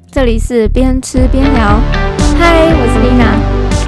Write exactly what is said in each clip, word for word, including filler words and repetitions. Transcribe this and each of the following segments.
这里是边吃边聊。嗨，我是丽娜。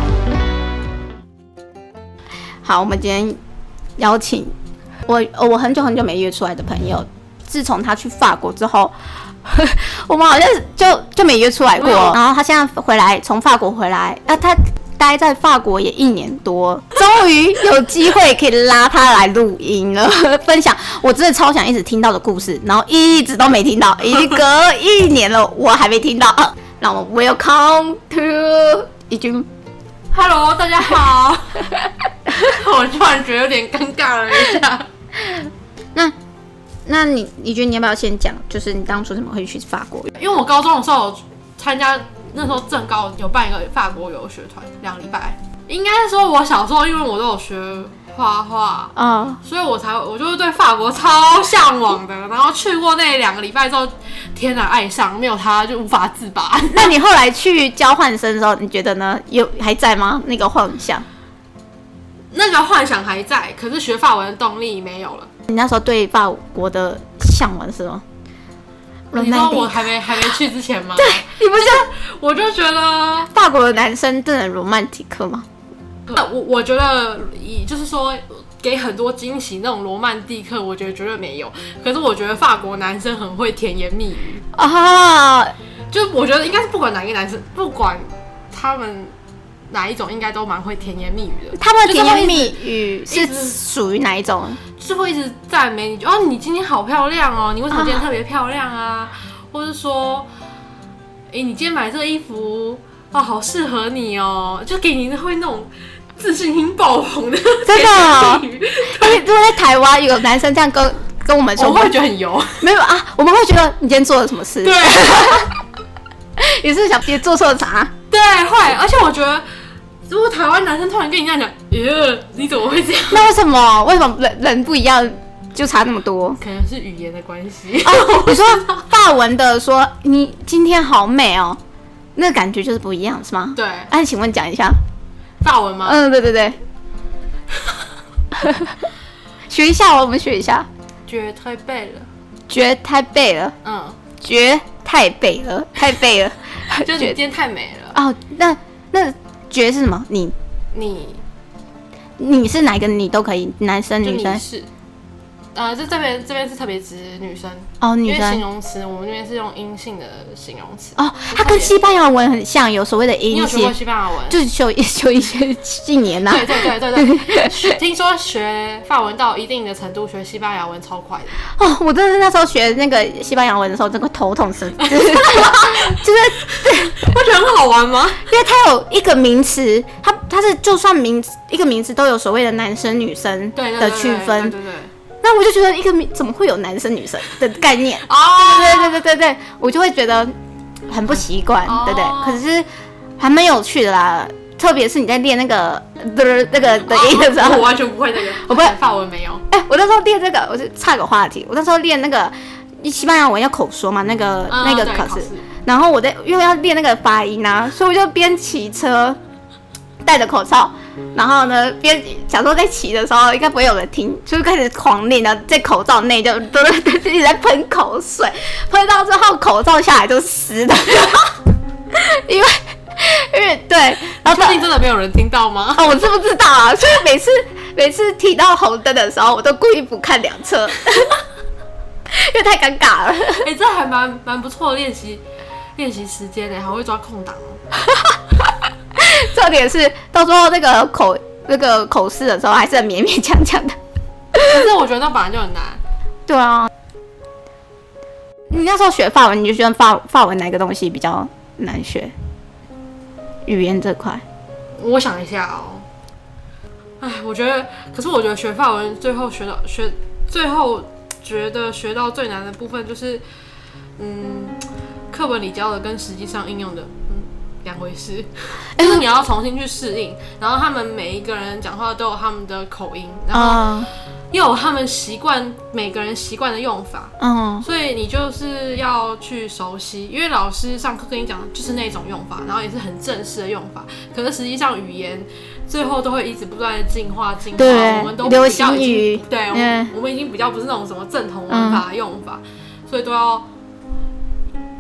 好，我们今天邀请我，我很久很久没约出来的朋友，自从他去法国之后，我们好像就就没约出来过。然后他现在回来，从法国回来，啊，他待在法国也一年多，终于有机会可以拉他来录音了，分享我真的超想一直听到的故事，然后一直都没听到，已经隔一年了，我还没听到。啊、让我 welcome to 怡君。 Hello， 大家好。我突然觉得有点尴尬了一下。 那，那你怡君，你要不要先讲，就是你当初怎么会去法国？ 因为我高中的时候有参加，那时候正高有办一个法国游学团，两个礼拜。应该说，我小时候因为我都有学画画，嗯，所以我才我就是对法国超向往的。然后去过那两个礼拜之后，天哪，爱上，没有他就无法自拔。 那你后来去交换生的时候，你觉得呢？有还在吗？那个幻想？ 那个幻想还在，可是学法文的动力没有了。 你那时候对法国的向往是吗？ 你知道我还没还没去之前吗？ 对，你不是我就觉得法国的男生真的很 romantic 吗？ 我我觉得以就是说给很多惊喜那种罗曼蒂克，我觉得绝对没有。可是我觉得法国男生很会甜言蜜语啊，就我觉得应该是不管哪一个男生，不管他们哪一种，应该都蛮会甜言蜜语的。 他们的甜言蜜语是属于哪一种？ 就是会一直赞美你，哦，你今天好漂亮哦，你为什么今天特别漂亮啊？或是说，哎、欸，你今天买这个衣服，哦，好适合你哦，就给你会那种自信心爆棚的真的、哦。因为如果在台湾有男生这样跟跟我们说， 我会觉得很油。 没有啊，我们会觉得你今天做了什么事？ 对， 你是想别做错啥？ 对，会。而且我觉得，如果台湾男生突然跟你这样讲，耶，你怎么会这样？ 那为什么？为什么人人不一样就差那么多？ 可能是语言的关系。 哦，你说法文的说你今天好美哦，那感觉就是不一样，是吗？ 对。 哎、啊，请问讲一下法文吗？ 嗯，对对对。学一下，我们学一下。 觉太背了， 觉太背了，嗯，觉太背了，太背了， 就你今天太美了。 哦，那那觉是什么？你你你是哪一个你都可以，男生女生是。呃，这这边这边是特别指女生哦，女生。 因为形容词我们那边是用阴性的形容词哦，它跟西班牙文很像，有所谓的阴性。 你有学过西班牙文？ 就是修修一些近年呐、啊。 对对对对对。听说学法文到一定的程度，学西班牙文超快的。 哦，我真的是那时候学那个西班牙文的时候，真的头痛死，就是就是不觉得很好玩吗？ 因为它有一个名词，它它是就算名一个名词都有所谓的男生女生的区分。 对对对。 那我就觉得一个怎么会有男生女生的概念？哦，对对对对对，我就会觉得很不习惯，哦、对不对？可是还蛮有趣的啦，特别是你在练那个的那个的音的时候， 哦、我完全不会那个，我不会法文没有。 哎、欸，我那时候练这个，我就岔个话题，我那时候练那个西班牙文要口说嘛，那个、嗯、那个考试，然后我在因为要练那个发音啊，所以我就边骑车戴着口罩。然后呢，边想说在骑的时候应该不会有人听，就开始狂练了，在口罩内就都一直在喷口水，喷到之后口罩下来就湿的，因为因为对， 然后确定真的没有人听到吗？ 哦，我知不知道啊？所以每次每次提到红灯的时候，我都故意不看两侧，因为太尴尬了。 哎、欸，这还蛮蛮不错的练习练习时间呢，还会抓空档哦。 重点是到时候那个口那个口试的时候还是很勉勉强强的， 可是我觉得那本来就很难。 对啊，你那时候学法文，你就觉得法法文哪个东西比较难学？语言这块， 我想一下哦。哎，我觉得，可是我觉得学法文最后学到学最后觉得学到最难的部分就是，嗯，课本里教的跟实际上应用的，嗯。两回事，就是你要重新去适应，然后他们每一个人讲话都有他们的口音，然后又有他们习惯每个人习惯的用法，嗯，所以你就是要去熟悉，因为老师上课跟你讲的就是那种用法，然后也是很正式的用法，可是实际上语言最后都会一直不断的进化进化，我们都比较已经对，我们我们已经比较不是那种什么正统文法的用法，嗯，所以都要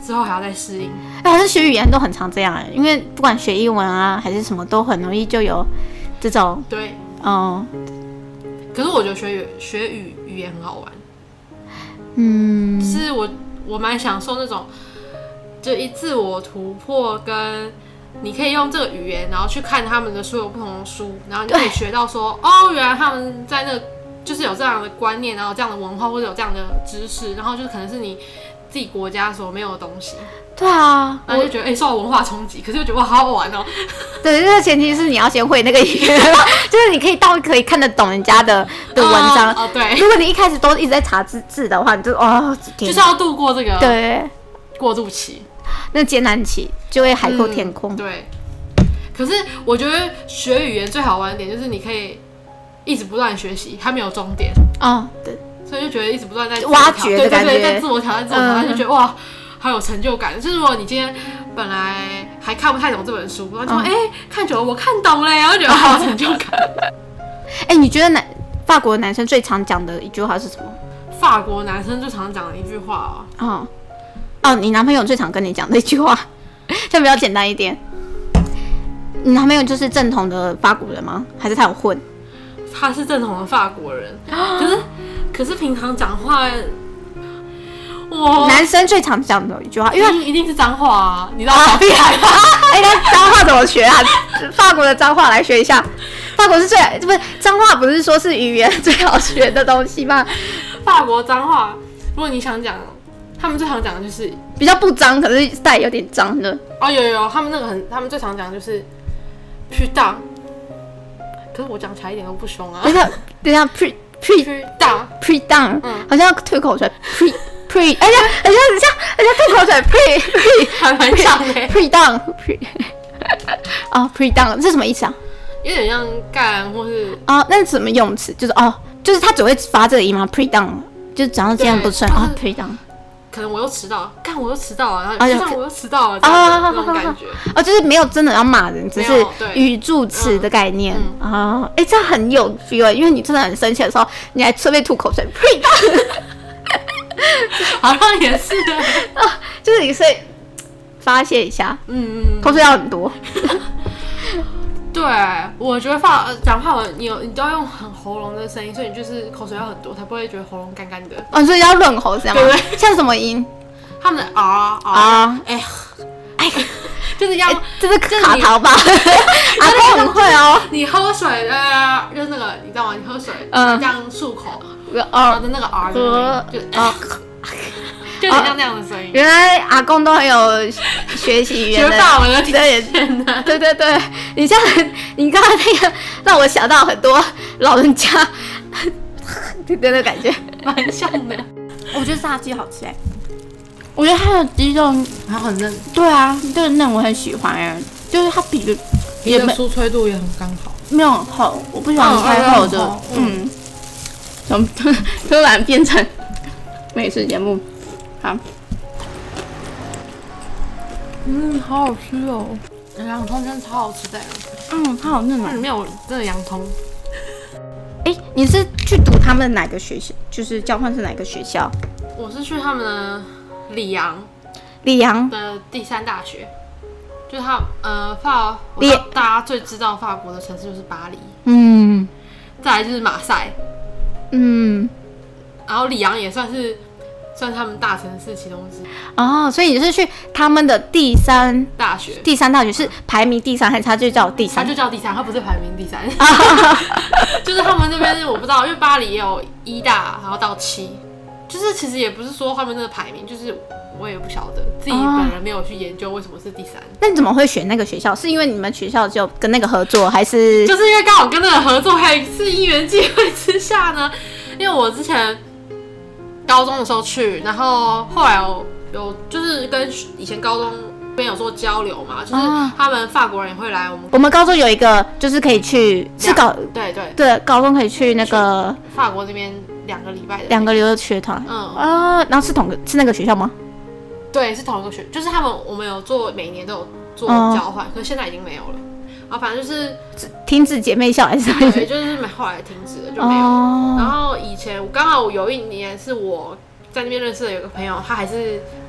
之后还要再适应。 哎，好像学语言都很常这样哎，因为不管学英文啊还是什么，都很容易就有这种对， 嗯。 可是我觉得学语学语语言很好玩， 嗯， 是我我蛮享受那种就一自我突破，跟你可以用这个语言，然后去看他们的所有不同的书，然后你就可以学到说，哦，原来他们在那个就是有这样的观念，然后这样的文化或者有这样的知识，然后就是可能是你自己国家所没有的东西。 对啊， 然后就觉得哎、欸、受到文化冲击，可是就觉得哇好好玩哦。 对，这个前提是你要先会那个语言，就是你可以到可以看得懂人家的的文章。 哦， oh, oh, 对。 如果你一开始都一直在查字字的话，你就哦， 就是要度过这个对过渡期， 那艰难期就会海阔天空、 嗯。对。可是我觉得学语言最好玩的点就是你可以一直不断学习，它没有终点。 哦，对。 所以就觉得一直不断在挖掘的感觉， 对对对，在自我挑战，自我挑战，就觉得哇。好有成就感，就是如果你今天本来还看不太懂这本书，然后就说哎、嗯欸，看久了我看懂了，然后觉得好有成就感。 哎、欸，你觉得男法国男生最常讲的一句话是什么？ 法国男生最常讲的一句话哦， 哦，哦，你男朋友最常跟你讲的一句话，就比较简单一点。你男朋友就是正统的法国人吗？还是他有混？ 他是正统的法国人，可是可是平常讲话。 男生最常讲的一句话，因为一定是脏话啊！你知道好厉害吗？ 哎，那脏话怎么学啊？法国的脏话来学一下。法国是最不是脏话，不是说是语言最好学的东西吗？ 法国脏话，如果你想讲，他们最常讲的就是比较不脏，可是带有点脏的。 哦，有有有，他们那个很，他们最常讲的就是去当。可是我讲起来一点都不凶啊。 等一下，等一下 ，pre pre down pre down， 嗯， 好像要吐口水 pre。pre， 哎呀，人家人家人家吐口水 pre pre， 还蛮像的 pre down pre， 哦 pre down 这是什么意思啊？ 有点像干或是哦，那是什么用词？就是哦，就是他只会发这个音吗 ？pre down， 就是讲到这样不顺啊 ，pre down。 可能我又迟到，干我又迟到了，然后就像我又迟到了，这样那种感觉。 哦，就是没有真的要骂人，只是语助词的概念啊。哎，这样很有 feel， 因为你真的很生气的时候，你还顺便吐口水 pre down。 好像也是的、 哦，就是你可以发泄一下，嗯嗯，口水要很多。 对，我觉得法讲法文，你有你都要用很喉咙的声音，所以你就是口水要很多，才不会觉得喉咙干干的。 哦，所以要润喉是这样吗？对对，像什么音？ 他们的 R R， 哎哎，就是要、欸、 这是卡桃吧？阿公很会哦。 你喝水呃，就是那个你知道吗？你喝水，嗯，这样漱口。R 的那个 R 的就啊，就很像那样的声音。 原来阿公都很有学习语言的， 学法文的体验的。 对对对，你这样，你刚才那个让我想到很多老人家的那个感觉， 蛮像的。 我觉得炸鸡好吃哎，我觉得它的鸡肉它很嫩。 对啊，这个嫩我很喜欢哎，就是它比皮的酥脆度也很刚好， 没有很厚，我不喜欢太厚的，嗯。从突然变成美食节目，好， 嗯，好好吃哦！洋葱真的超好吃的， 嗯，它好嫩啊， 里面有真的洋葱。 哎、欸，你是去读他们哪个学校？就是交换是哪个学校？ 我是去他们的里昂， 里昂的第三大学，就是他呃法，我大家最知道法国的城市就是巴黎，嗯，再来就是马赛。嗯，然后里昂也算是算他们大城市其中之一哦，所以你是去他们的第三大学， 第三大学是排名第三，还是他就叫第三？ 他就叫第三，他不是排名第三，就是他们那边我不知道，因为巴黎也有一大，然后到七，就是其实也不是说他们那个排名，就是我也不晓得，自己本人没有去研究为什么是第三。 那你怎么会选那个学校？是因为你们学校就跟那个合作，还是就是因为刚好跟那个合作，还是因缘际会之下呢？因为我之前高中的时候去，然后后来有有就是跟以前高中边有做交流嘛，就是他们法国人也会来我们。 我们高中有一个就是可以去，是高对对对，高中可以去那个法国这边两个礼拜的两个留学学团，嗯啊，然后是同个是那个学校吗？ 对，是同一个学，就是他们我们有做每年都有做交换，可是现在已经没有了。啊，反正就是停止姐妹校还是什么？ 对，就是后来停止了，就没有了。哦、然后以前刚好有一年是我在那边认识的有个朋友，他还是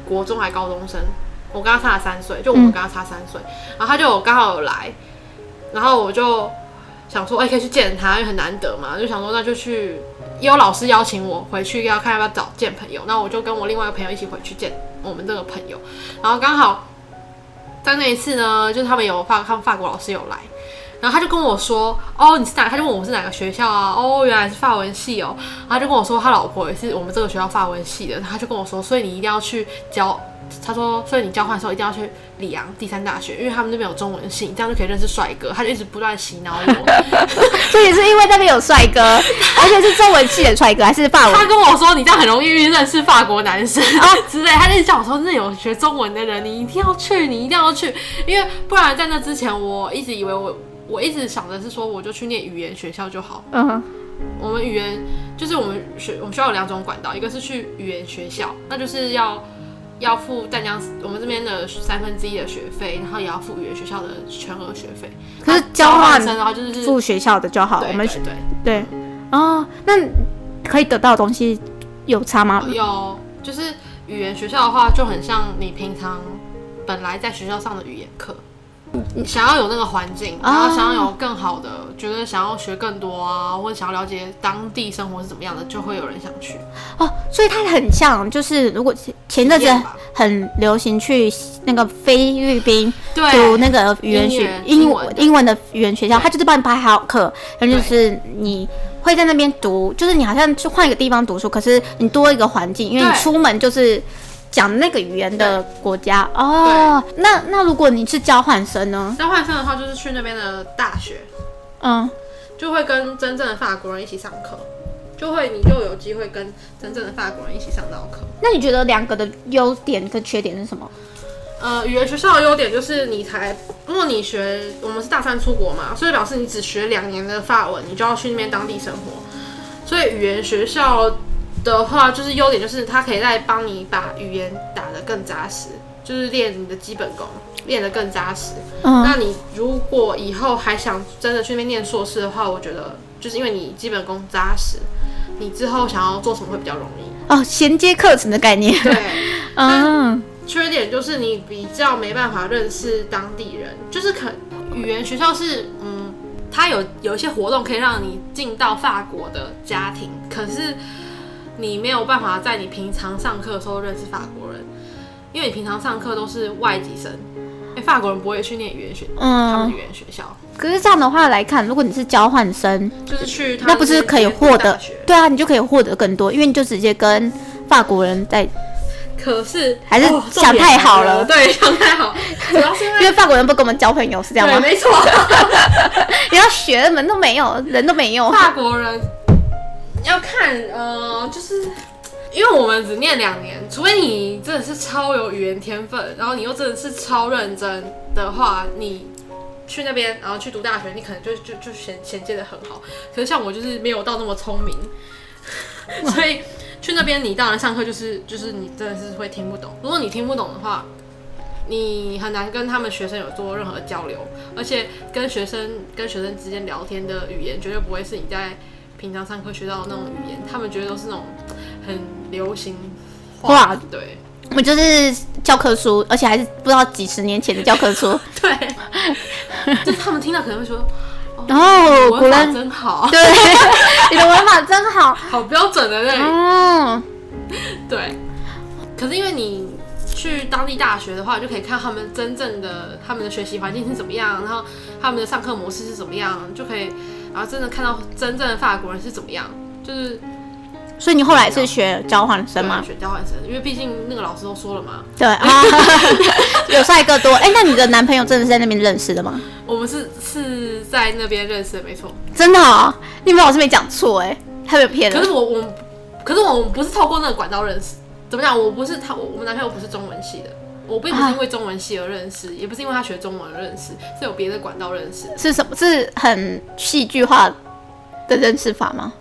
国中还高中生，我跟他差了三岁，就我们跟他差三岁、嗯，然后他就刚好有来，然后我就想说，哎、欸，可以去见他，因为很难得嘛，就想说那就去，也有老师邀请我回去，要看要不要找见朋友，那我就跟我另外一个朋友一起回去见我们这个朋友，然后刚好在那一次呢，就是他们有法，他们法国老师有来。然后他就跟我说：“哦，你是哪？”他就问我是哪个学校啊？哦，原来是法文系哦。然后他就跟我说，他老婆也是我们这个学校法文系的。他就跟我说，所以你一定要去交。他说，所以你交换的时候一定要去里昂第三大学，因为他们那边有中文系，你这样就可以认识帅哥。他就一直不断洗脑我。 所以是因为那边有帅哥，而且是中文系的帅哥，还是法文？ 他跟我说，你这样很容易认识法国男生啊之类。他就一直叫我说，那有学中文的人，你一定要去，你一定要去，因为不然在那之前，我一直以为我。我一直想的是说，我就去念语言学校就好。嗯哼，我们语言就是我们学我们学校有两种管道，一个是去语言学校，那就是要要付淡江我们这边的三分之一的学费，然后也要付语言学校的全额学费。 可是交换生的话就是付学校的就好。 对我们对对对哦，那可以得到的东西有差吗？ 有，就是语言学校的话，就很像你平常本来在学校上的语言课。想要有那个环境，然后想要有更好的，哦、觉得想要学更多啊，或者想要了解当地生活是怎么样的，就会有人想去。 哦，所以它很像，就是如果前阵子很流行去那个菲律宾读那个语言学英文英文的语言学校，他就是帮你排好课，然后就是你会在那边读，就是你好像去换一个地方读书，可是你多一个环境，因为你出门就是。讲那个语言的国家哦，那那如果你是交换生呢？ 交换生的话，就是去那边的大学，嗯，就会跟真正的法国人一起上课，就会你就有机会跟真正的法国人一起上到课。 那你觉得两个的优点跟缺点是什么？ 呃，语言学校的优点就是你才，如果你学，我们是大三出国嘛，所以表示你只学两年的法文，你就要去那边当地生活，所以语言学校。的话，就是优点就是它可以再帮你把语言打得更扎实，就是练你的基本功，练得更扎实。嗯，那你如果以后还想真的去那边念硕士的话，我觉得就是因为你基本功扎实，你之后想要做什么会比较容易。 哦，衔接课程的概念。 对，嗯。缺点就是你比较没办法认识当地人，就是可语言学校是嗯，它有有一些活动可以让你进到法国的家庭，可是。你没有办法在你平常上课的时候认识法国人，因为你平常上课都是外籍生，因为法国人不会去念语言学，嗯，他们的语言学校。 可是这样的话来看，如果你是交换生， 就是去他那不是可以获得？对啊，你就可以获得更多，因为你就直接跟法国人在。 可是还是想太好了， 哦、对，想太好，主要是因 为, 因为法国人不跟我们交朋友，是这样吗？ 对，没错。 你要学的门都没有，人都没有。 法国人。要看，呃，就是因为我们只念两年，除非你真的是超有语言天分，然后你又真的是超认真的话，你去那边，然后去读大学，你可能就就就衔衔接的很好。可是像我就是没有到那么聪明，所以去那边你当然上课就是就是你真的是会听不懂。如果你听不懂的话，你很难跟他们学生有做任何交流，而且跟学生跟学生之间聊天的语言绝对不会是你在。平常上课学到的那种语言，他们觉得都是那种很流行话，对， 我就是教科书，而且还是不知道几十年前的教科书。 对，就是他们听到可能会说：“ 哦， 文法真好。” 对，你的文法真好， 好标准的那。嗯，对。可是因为你去当地大学的话，就可以看他们真正的他们的学习环境是怎么样，然后他们的上课模式是怎么样，就可以。然后真的看到真正的法国人是怎么样，就是， 所以你后来是学交换生吗？ 学交换生，因为毕竟那个老师都说了嘛。 对啊，有帅哥多。哎、欸，那你的男朋友真的是在那边认识的吗？ 我们是是在那边认识的，没错。 真的啊、哦？你们老师没讲错哎，他没有骗人。 可是我我，可是我们不是透过那个管道认识。怎么讲？我不是他，我我们男朋友不是中文系的。我并不是因为中文系而认识，啊、也不是因为他学中文而认识，是有别的管道认识的。 是什么？是很戏剧化的认识法吗？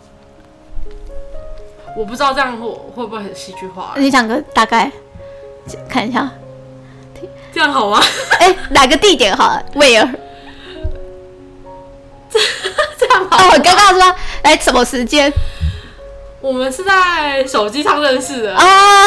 我不知道这样会会不会很戏剧化。 你讲个大概看一下， 这样好吗？ 哎、欸，哪个地点好了 ？Where？ 这这样好？ 哦，我刚刚说，哎、欸，什么时间？ 我们是在手机上认识的啊，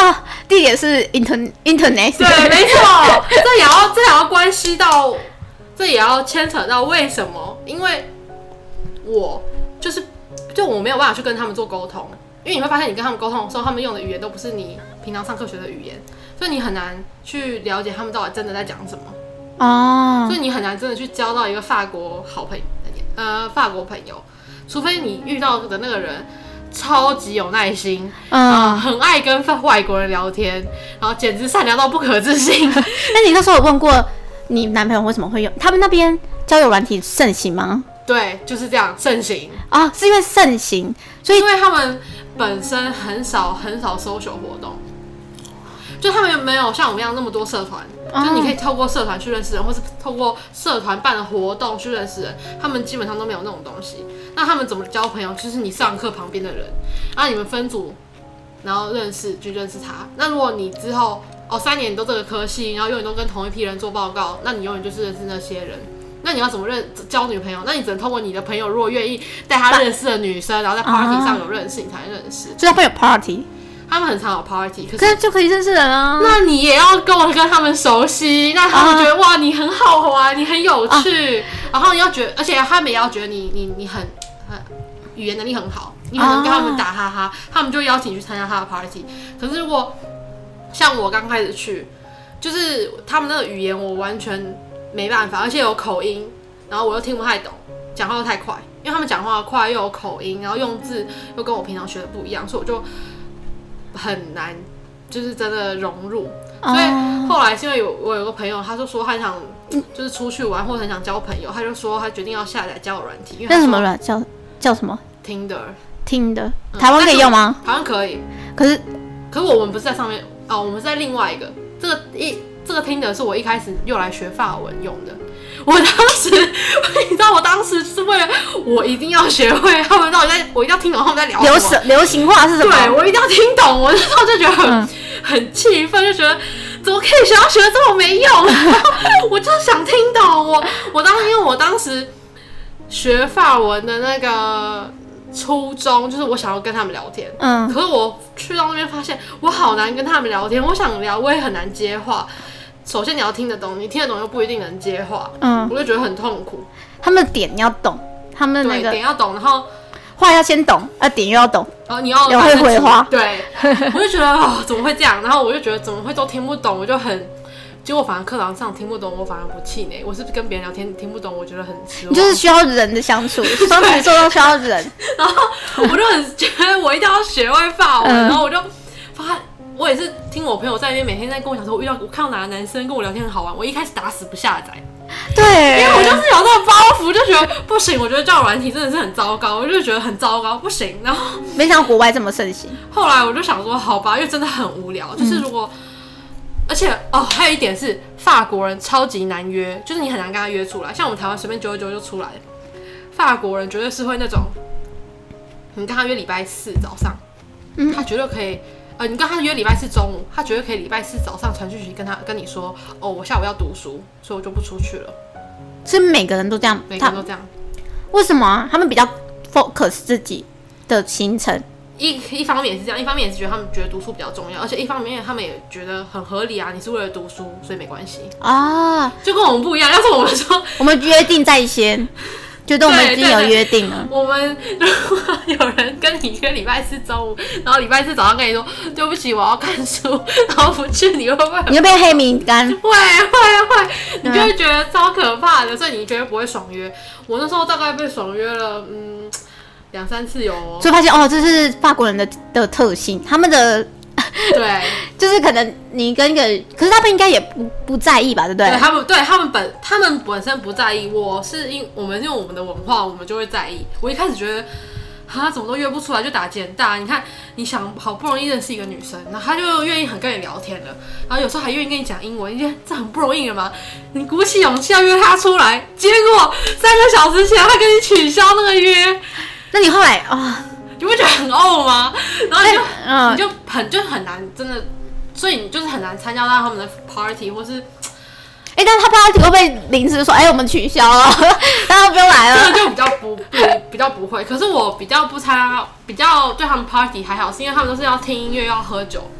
地点是 internet internet。 对，没错，这也要这也要关系到，这也要牵扯到为什么？因为我就是就我没有办法去跟他们做沟通，因为你会发现你跟他们沟通的时候，他们用的语言都不是你平常上课学的语言，所以你很难去了解他们到底真的在讲什么。哦，所以你很难真的去交到一个法国好朋友，呃，法国朋友，除非你遇到的那个人超级有耐心，嗯、呃，很爱跟外国人聊天，然后简直善良到不可置信。 那你那时候有问过你男朋友为什么会用？他们那边交友软体盛行吗？ 对，就是这样盛行啊，是因为盛行，所以因为他们本身很少很少 social 活动。就他们没有像我们一样那么多社团，哦、就是你可以透过社团去认识人，或是透过社团办的活动去认识人。他们基本上都没有那种东西。那他们怎么交朋友？就是你上课旁边的人，然后你们分组，然后认识去认识他。那如果你之后哦三年你都这个科系，然后永远都跟同一批人做报告，那你永远就是认识那些人。那你要怎么认交女朋友？那你只能透过你的朋友，如果愿意带他认识的女生，然后在 party 上有认识，你才能认识。 所以他们有 party。 他们很常有 party， 可是就可以认识人啊。 那你也要跟我跟他们熟悉，那他们觉得、啊、哇，你很好玩，你很有趣，啊、然后你要觉得，而且他们也要觉得你你你很很语言能力很好，你很能跟他们打哈哈，啊、他们就邀请你去参加他的 party。可是如果像我刚开始去，就是他们那个语言我完全没办法，而且有口音，然后我又听不太懂，讲话又太快，因为他们讲话快又有口音，然后用字又跟我平常学的不一样，所以我就很难，就是真的融入。所以后来是因为有我有个朋友，他就说他想就是出去玩，或者很想交朋友，他就说他决定要下载交友软体。 那什么软叫叫什么 ？Tinder。 Tinder， 台湾可以用吗？ 台湾可以，可是可是我们不是在上面哦，我们是在另外一个。这个一这个 Tinder 是我一开始用来学法文用的。我当时，你知道，我当时是为了我一定要学会他们到底在，我一定要听懂他们在聊什么。 流流行话是什么？ 对，我一定要听懂。我那时候就觉得很、嗯、很气愤，就觉得怎么可以学到学的这么没用？我就想听懂。我我当因为我当时学法文的那个初衷就是我想要跟他们聊天，嗯，可是我去到那边发现我好难跟他们聊天。我想聊，我也很难接话。首先你要听得懂，你听得懂又不一定能接话，嗯，我就觉得很痛苦。 他们的点你要懂，他们那个点要懂，然后话要先懂，啊点又要懂， 然后你要也会回话， 对，我就觉得哦怎么会这样？然后我就觉得怎么会都听不懂，我就很，结果反而课堂上听不懂，我反而不气馁。我是跟别人聊天听不懂，我觉得很失望。 你就是需要人的相处，双子座都需要人。 然后我就很觉得我一定要学会法文，嗯、然后我就发。我也是听我朋友在那边每天在跟我讲说，我遇到我看到哪个男生跟我聊天很好玩，我一开始打死不下载， 对， 因为我就是有那个包袱，就觉得不行，我觉得交友软体真的是很糟糕，我就觉得很糟糕，不行。然后没想到国外这么盛行， 后来我就想说，好吧，因为真的很无聊，就是如果，嗯、而且哦，还有一点是法国人超级难约，就是你很难跟他约出来，像我们台湾随便揪一揪就出来了，法国人绝对是会那种，你跟他约礼拜四早上，嗯、他绝对可以。呃，你跟他约礼拜四中午，他绝对可以礼拜四早上传讯息跟他跟你说，哦，我下午要读书，所以我就不出去了。 是每个人都这样？ 每个人都这样？ 为什么啊？他们比较 focus 自己的行程。 一一方面也是这样，一方面也是觉得他们觉得读书比较重要，而且一方面他们也觉得很合理啊，你是为了读书，所以没关系啊，就跟我们不一样。要是我们说， 我们约定在先。觉得我们已经有约定了。 我们如果有人跟你约礼拜四中午，然后礼拜四早上跟你说对不起我要看书，然后不去，你会不会？ 你会被黑名单？ 会会会，你就会觉得超可怕的，所以你绝对不会爽约。我那时候大概被爽约了，嗯，两三次有哦。 所以发现哦，这是法国人的的特性，他们的。 对， 就是可能你跟一个，可是他们应该也不不在意吧，对不对？ 对他们，对他们本他们本身不在意，我是因我们用我们的文化，我们就会在意。我一开始觉得，啊，怎么都约不出来，就打简大。你看，你想好不容易认识一个女生，然后她就愿意很跟你聊天了，然后有时候还愿意跟你讲英文，你觉得这很不容易了吗？你鼓起勇气要约她出来，结果三个小时前她跟你取消那个约， 那你后来啊？哦你不觉得很怄吗？然后你就、嗯、你就很就很难，真的，所以你就是很难参加到他们的 party， 或是， 哎、欸，但他 party 会不会临时说，哎、欸，我们取消了，大家不用来了？ 这个就比较不不比较不会。可是我比较不参加，比较对他们 party 还好，是因为他们都是要听音乐、要喝酒。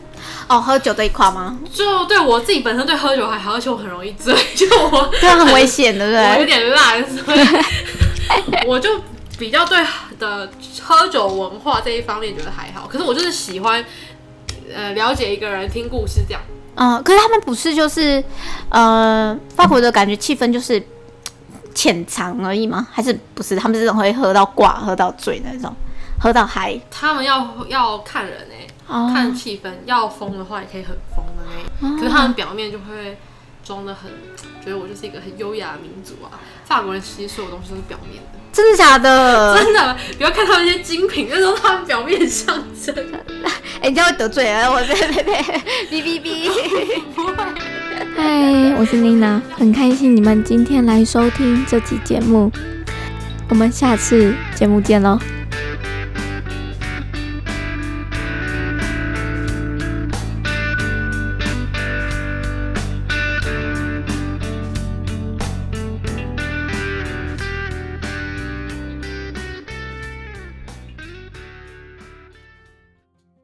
哦，喝酒这一块吗？ 就对我自己本身对喝酒还好，而且我很容易醉，就我对啊，很危险，对不对？ 我有点烂，所以我就比较对的喝酒文化这一方面觉得还好。可是我就是喜欢呃了解一个人，听故事这样。 嗯，可是他们不是就是呃法国的感觉气氛就是浅尝而已吗？还是不是？他们这种会喝到挂、喝到醉那种，喝到嗨。 他们要要看人哎、欸，oh. 看气氛。要疯的话也可以很疯的那、欸，oh. 可是他们表面就会装得很，觉得我就是一个很优雅的民族啊。法国人其实所有东西都是表面的。 真的假的？ 真的，不要看他们一些精品，那时候他们表面象征。 哎、欸，你这样会得罪人，我对对对，哔哔哔。 不会。 嗨，我是妮娜，很开心你们今天来收听这期节目，我们下次节目见喽。